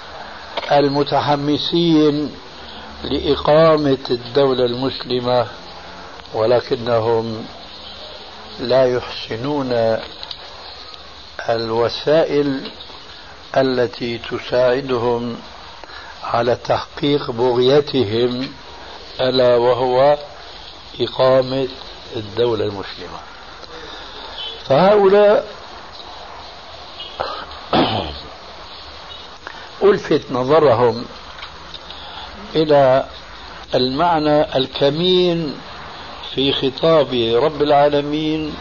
C: المتحمسين لإقامة الدولة المسلمة، ولكنهم لا يحسنون الوسائل التي تساعدهم على تحقيق بغيتهم، ألا وهو إقامة الدولة المسلمة. فهؤلاء ألفت نظرهم إلى المعنى الكمين في خطاب رب العالمين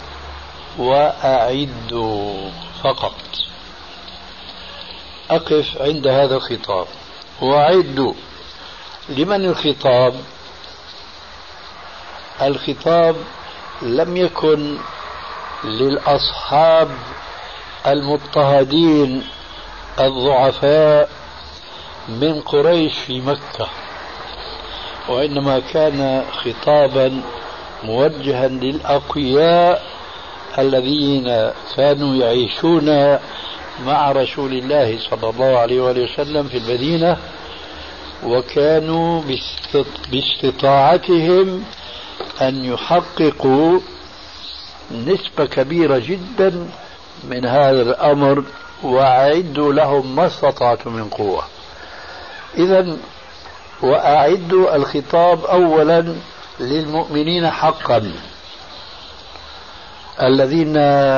C: وأعدوا فقط. أقف عند هذا الخطاب وأعدوا. لمن الخطاب؟ الخطاب لم يكن للأصحاب المضطهدين الضعفاء من قريش في مكة، وإنما كان خطابا موجها للأقوياء الذين كانوا يعيشون مع رسول الله صلى الله عليه وسلم في المدينة، وكانوا باستطاعتهم أن يحققوا نسبة كبيرة جدا من هذا الأمر، وأعدوا لهم ما استطعتم من قوة. إذن وأعدوا الخطاب أولا للمؤمنين حقا الذين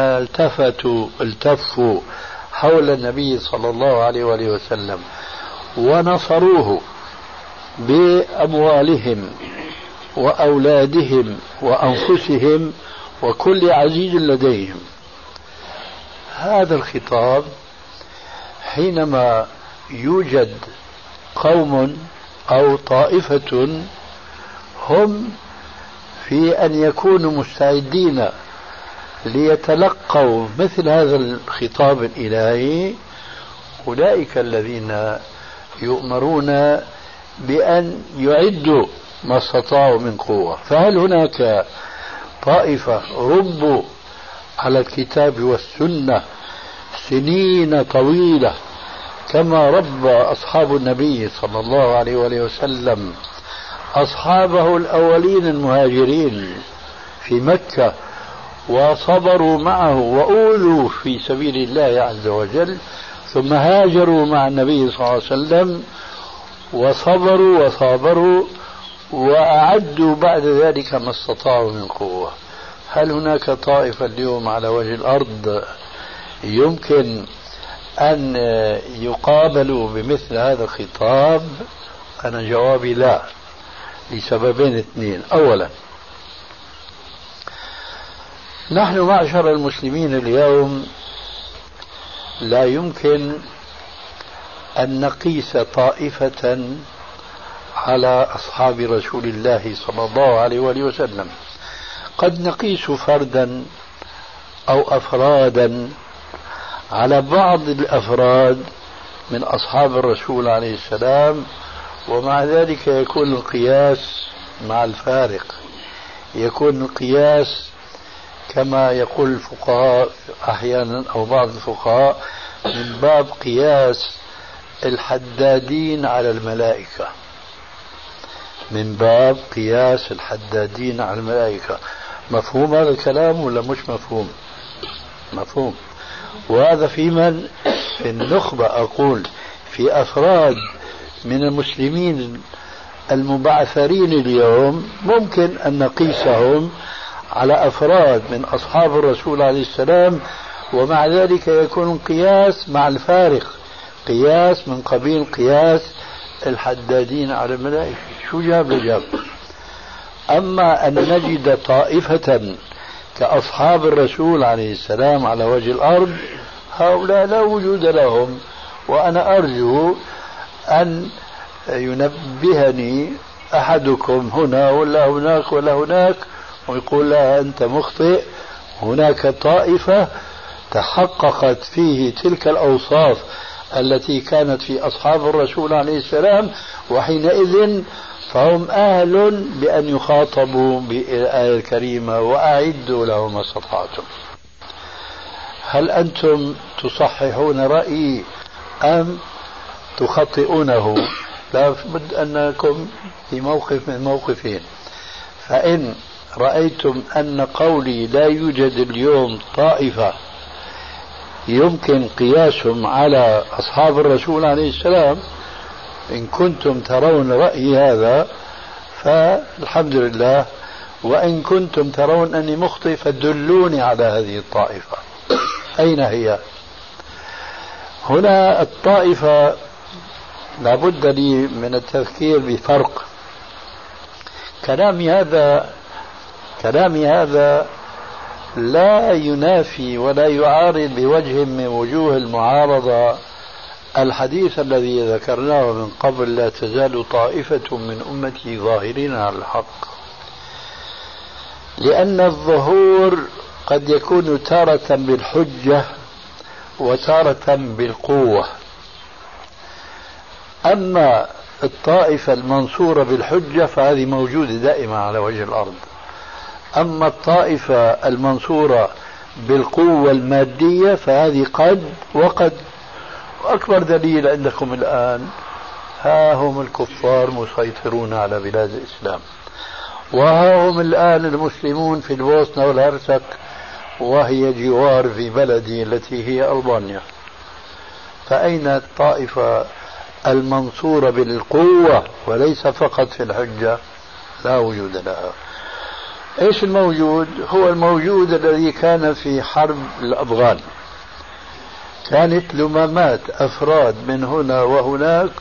C: التفوا حول النبي صلى الله عليه وسلم ونصروه بأموالهم وأولادهم وأنفسهم وكل عزيز لديهم. هذا الخطاب حينما يوجد قوم أو طائفة هم في أن يكونوا مستعدين ليتلقوا مثل هذا الخطاب الإلهي، أولئك الذين يؤمرون بأن يعدوا ما استطاعوا من قوة. فهل هناك طائفة ربوا على الكتاب والسنة سنين طويلة كما ربى أصحاب النبي صلى الله عليه وسلم أصحابه الأولين المهاجرين في مكة، وصبروا معه وأوذوا في سبيل الله عز وجل، ثم هاجروا مع النبي صلى الله عليه وسلم وصبروا وصابروا وأعدوا بعد ذلك ما استطاعوا من قوة؟ هل هناك طائفة اليوم على وجه الأرض يمكن أن يقابلوا بمثل هذا الخطاب؟ أنا جوابي لا، لسببين اثنين. أولا، نحن معشر المسلمين اليوم لا يمكن أن نقيس طائفة على أصحاب رسول الله صلى الله عليه وسلم. قد نقيس فردا أو أفرادا على بعض الأفراد من أصحاب الرسول عليه السلام، ومع ذلك يكون القياس مع الفارق، يكون القياس كما يقول الفقهاء أحيانا أو بعض الفقهاء من باب قياس الحدادين على الملائكة، من باب قياس الحدادين على الملائكة. مفهوم هذا الكلام ولا مش مفهوم؟ مفهوم. وهذا في من؟ في النخبة، أقول في أفراد من المسلمين المبعثرين اليوم ممكن أن نقيسهم على أفراد من أصحاب الرسول عليه السلام، ومع ذلك يكون قياس مع الفارق، قياس من قبيل قياس الحدادين على الملائكة. شو جاب لجاب؟ أما أن نجد طائفة كأصحاب الرسول عليه السلام على وجه الأرض، هؤلاء لا وجود لهم. وأنا أرجو أن ينبهني أحدكم هنا ولا هناك ولا هناك ويقول لا أنت مخطئ، هناك طائفة تحققت فيه تلك الأوصاف التي كانت في أصحاب الرسول عليه السلام، وحينئذ فهم أهل بأن يخاطبوا بالآية الكريمة وأعدوا لهم ما استطعتم. هل أنتم تصححون رأيي أم تخطئونه؟ لا بد أنكم في موقف من موقفين. فإن رأيتم أن قولي لا يوجد اليوم طائفة يمكن قياسهم على أصحاب الرسول عليه السلام، إن كنتم ترون رأيي هذا فالحمد لله، وإن كنتم ترون أني مخطئ فدلوني على هذه الطائفة. أين هي؟ هنا الطائفة لابد لي من التذكير بفرق. كلامي هذا لا ينافي ولا يعارض بوجه من وجوه المعارضة الحديث الذي ذكرناه من قبل: لا تزال طائفة من أمتي ظاهرين على الحق. لأن الظهور قد يكون تارة بالحجة وتارة بالقوة. أما الطائفة المنصورة بالحجة فهذه موجودة دائما على وجه الأرض. أما الطائفة المنصورة بالقوة المادية فهذه قد وقد. وأكبر دليل عندكم الآن ها هم الكفار مسيطرون على بلاد الإسلام، وها هم الآن المسلمون في البوسنة والهرسك، وهي جوار في بلدي التي هي ألبانيا. فأين الطائفة المنصورة بالقوة وليس فقط في الحجة؟ لا وجود لها. ايش الموجود؟ هو الموجود الذي كان في حرب الأفغان. كانت لمامات أفراد من هنا وهناك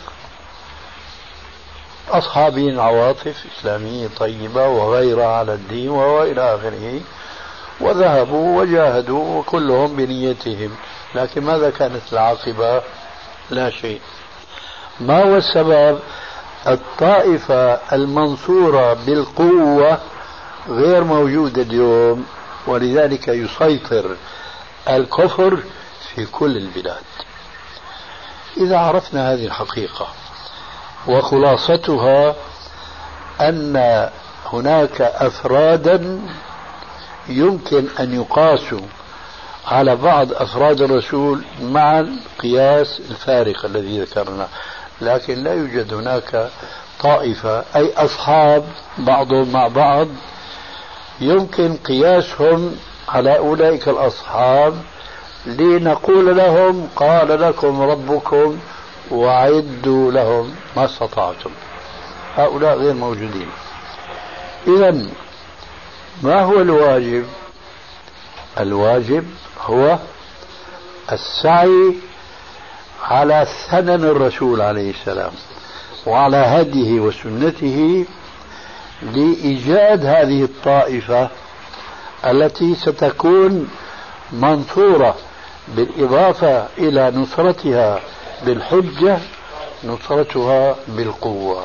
C: أصحابين عواطف إسلامية طيبة وغيرها على الدين وإلى آخره، وذهبوا وجاهدوا وكلهم بنيتهم، لكن ماذا كانت العاقبة؟ لا شيء. ما هو السبب؟ الطائفة المنصورة بالقوة غير موجودة اليوم، ولذلك يسيطر الكفر في كل البلاد. إذا عرفنا هذه الحقيقة وخلاصتها أن هناك أفرادا يمكن أن يقاسوا على بعض أفراد الرسول مع القياس الفارق الذي ذكرنا، لكن لا يوجد هناك طائفة أي أصحاب بعضهم مع بعض يمكن قياسهم على أولئك الأصحاب لنقول لهم قال لكم ربكم وأعدوا لهم ما استطعتم. هؤلاء غير موجودين. إذن ما هو الواجب؟ الواجب هو السعي على سنن الرسول عليه السلام وعلى هديه وسنته لإيجاد هذه الطائفة التي ستكون منصورة، بالإضافة إلى نصرتها بالحجة نصرتها بالقوة.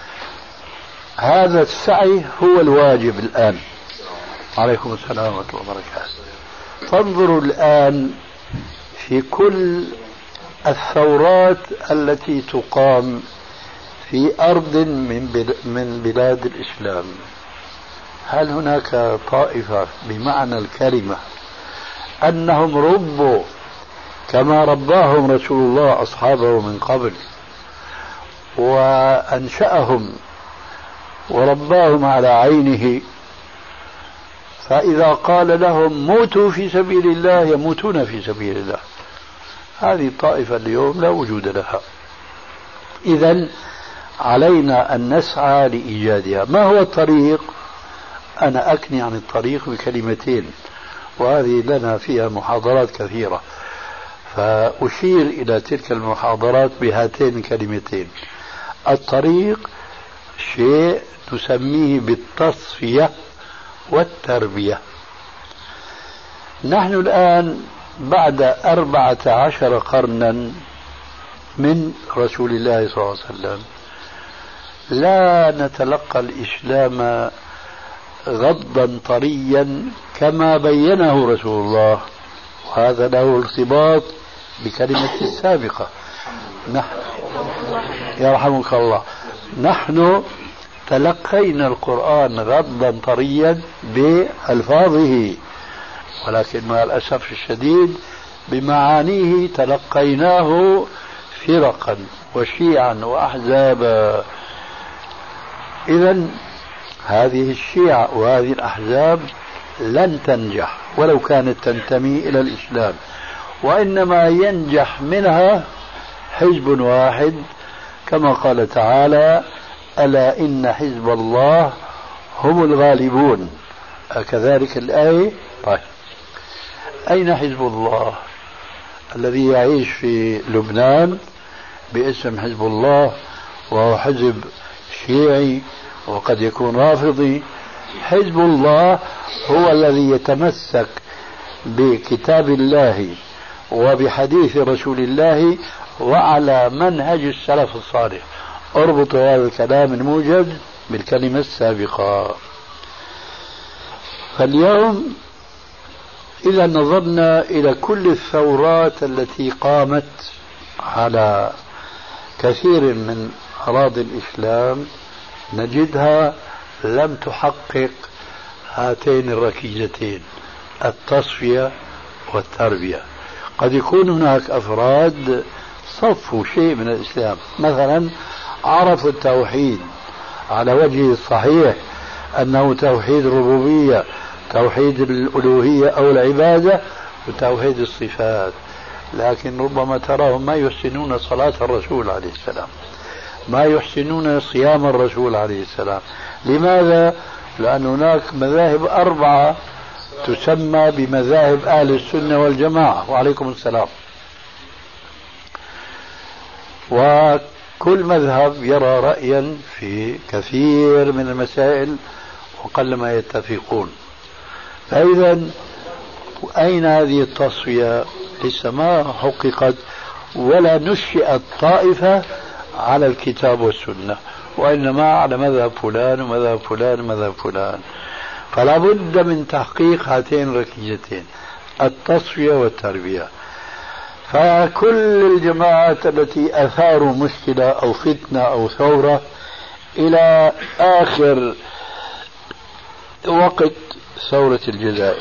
C: هذا السعي هو الواجب الآن. عليكم السلام ورحمة الله وبركاته. فانظروا الآن في كل الثورات التي تقام في أرض من بلاد الإسلام، هل هناك طائفة بمعنى الكلمة أنهم ربوا كما رباهم رسول الله أصحابه من قبل وأنشأهم ورباهم على عينه، فإذا قال لهم موتوا في سبيل الله يموتون في سبيل الله؟ هذه الطائفة اليوم لا وجود لها. إذن علينا أن نسعى لإيجادها. ما هو الطريق؟ أنا أكني عن الطريق بكلمتين، وهذه لنا فيها محاضرات كثيرة، فأشير إلى تلك المحاضرات بهاتين الكلمتين. الطريق شيء نسميه بالتصفية والتربية. نحن الآن بعد 14 قرنا من رسول الله صلى الله عليه وسلم لا نتلقى الإسلام غضا طريا كما بينه رسول الله، وهذا له ارتباط بكلمة السابقة. يرحمك الله. نحن تلقينا القرآن غضا طريا بألفاظه، ولكن مع الأسف الشديد بمعانيه تلقيناه فرقا وشيعا وأحزابا. إذن هذه الشيعة وهذه الأحزاب لن تنجح ولو كانت تنتمي إلى الإسلام، وإنما ينجح منها حزب واحد كما قال تعالى: ألا إن حزب الله هم الغالبون. كذلك الآية. طيب، أين حزب الله الذي يعيش في لبنان باسم حزب الله، وهو حزب شيعي وقد يكون رافضي. حزب الله هو الذي يتمسك بكتاب الله وبحديث رسول الله وعلى منهج السلف الصالح. اربطوا هذا الكلام الموجز بالكلمة السابقة. فاليوم إذا نظرنا إلى كل الثورات التي قامت على كثير من أراضي الإسلام نجدها لم تحقق هاتين الركيزتين، التصفية والتربية. قد يكون هناك أفراد صفوا شيء من الإسلام، مثلا عرفوا التوحيد على وجهه الصحيح أنه توحيد الربوبية، توحيد الألوهية أو العبادة، وتوحيد الصفات، لكن ربما تراهم ما يحسنون صلاة الرسول عليه السلام، ما يحسنون صيام الرسول عليه السلام. لماذا؟ لأن هناك مذاهب 4 تسمى بمذاهب أهل السنة والجماعة. وعليكم السلام. وكل مذهب يرى رأيا في كثير من المسائل وقلما يتفقون. فإذا أين هذه التصفية؟ لسه ما حققت ولا نشئت طائفة على الكتاب والسنة، وإنما على مذهب فلان ومذهب فلان ومذهب فلان. فلا بد من تحقيق هاتين الركيزتين، التصفية والتربية. فكل الجماعات التي أثاروا مشكلة أو فتنة أو ثورة إلى آخر وقت ثورة الجزائر،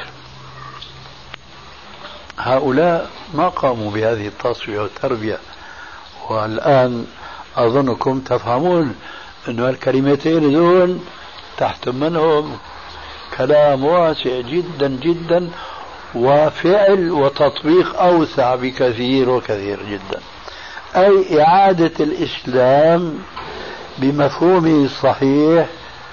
C: هؤلاء ما قاموا بهذه التصفية والتربية. والآن أظنكم تفهمون أن الكلمتين دون تحت منهم كلام واسع جدا جدا، وفعل وتطبيق أوسع بكثير وكثير جدا. أي إعادة الإسلام بمفهومه الصحيح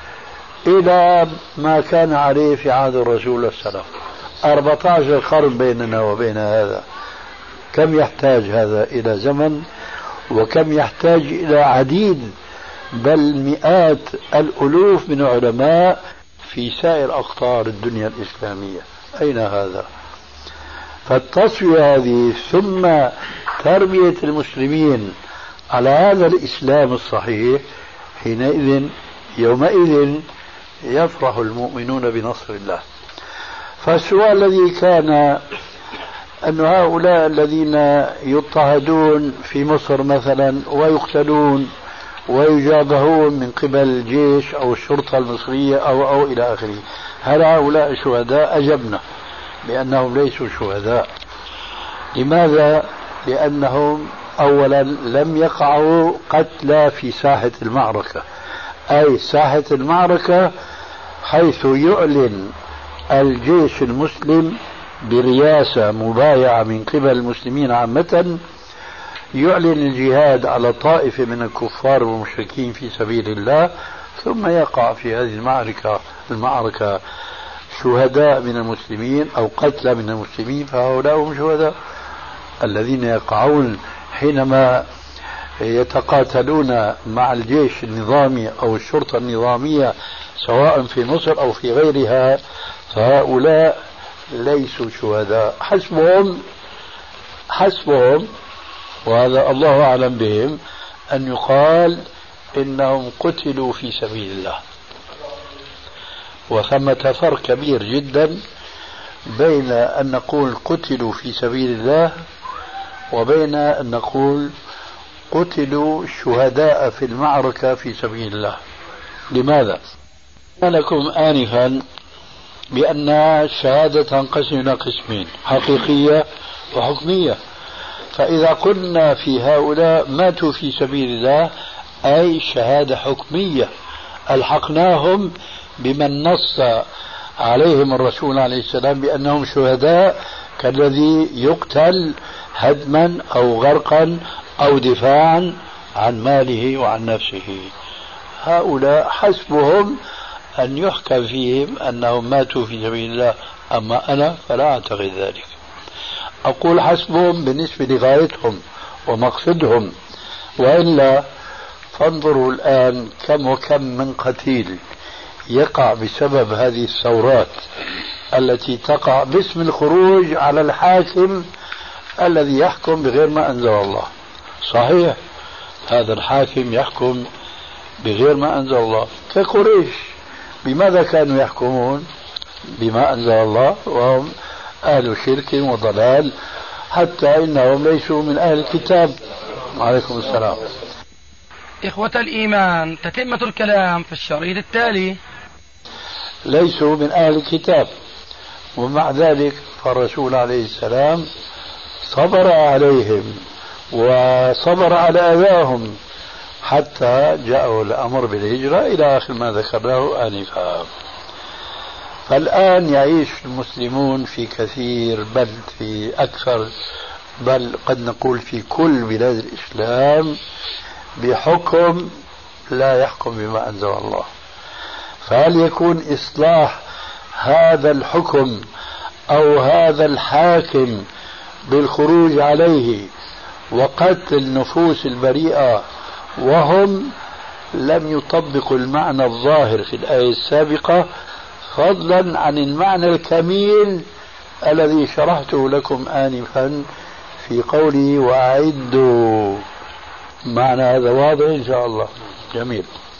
C: إلى ما كان عليه في عهد الرسول والسلام. 14 قرن بيننا وبين هذا، كم يحتاج هذا إلى زمن، وكم يحتاج إلى عديد بل مئات الألوف من علماء في سائر أقطار الدنيا الإسلامية. أين هذا؟ فالتصفية هذه ثم تربية المسلمين على هذا الإسلام الصحيح، حينئذ يومئذ يفرح المؤمنون بنصر الله. فالسؤال الذي كان أن هؤلاء الذين يضطهدون في مصر مثلا ويقتلون ويجابهون من قبل الجيش أو الشرطة المصرية أو إلى آخره، هل هؤلاء شهداء؟ أجبنا بأنهم ليسوا شهداء. لماذا؟ لأنهم أولا لم يقعوا قتلى في ساحة المعركة، أي ساحة المعركة حيث يعلن الجيش المسلم برياسة مبايعة من قبل المسلمين عامة، يعلن الجهاد على طائفة من الكفار والمشركين في سبيل الله، ثم يقع في هذه المعركة شهداء من المسلمين أو قتلى من المسلمين، فهؤلاء هم شهداء. الذين يقعون حينما يتقاتلون مع الجيش النظامي أو الشرطة النظامية سواء في مصر أو في غيرها، فهؤلاء ليسوا شهداء. حسبهم وهذا الله أعلم بهم أن يقال إنهم قتلوا في سبيل الله. وثمة فرق كبير جدا بين أن نقول قتلوا في سبيل الله وبين أن نقول قتلوا شهداء في المعركة في سبيل الله. لماذا؟ لكم آنفا بأن الشهادة تنقسم إلى قسمين، حقيقية وحكمية. فإذا قلنا في هؤلاء ماتوا في سبيل الله أي شهادة حكمية، ألحقناهم بمن نص عليهم الرسول عليه السلام بأنهم شهداء، كالذي يقتل هدما أو غرقا أو دفاعا عن ماله وعن نفسه. هؤلاء حسبهم أن يحكم فيهم أنهم ماتوا في سبيل الله، أما أنا فلا أعتقد ذلك. أقول حسبهم بالنسبة لغايتهم ومقصدهم، وإلا فانظروا الآن كم وكم من قتيل يقع بسبب هذه الثورات التي تقع باسم الخروج على الحاكم الذي يحكم بغير ما أنزل الله. صحيح هذا الحاكم يحكم بغير ما أنزل الله، كقريش بماذا كانوا يحكمون؟ بما أنزل الله، وهم أهل شرك وضلال، حتى إنهم ليسوا من أهل الكتاب. عليكم السلام.
B: إخوة الإيمان، تتمة الكلام في الشريط التالي.
C: ليسوا من أهل الكتاب، ومع ذلك فالرسول عليه السلام صبر عليهم وصبر على أذاهم حتى جاءوا الأمر بالهجرة إلى آخر ما ذكرناه آنفا. فالآن يعيش المسلمون في كثير، بل في أكثر، بل قد نقول في كل بلاد الإسلام بحكم لا يحكم بما أنزل الله. فهل يكون إصلاح هذا الحكم أو هذا الحاكم بالخروج عليه وقتل النفوس البريئة وهم لم يطبقوا المعنى الظاهر في الآية السابقة، فضلا عن المعنى الكميل الذي شرحته لكم آنفا في قوله وأعدوا؟ معنى هذا واضح إن شاء الله. جميل.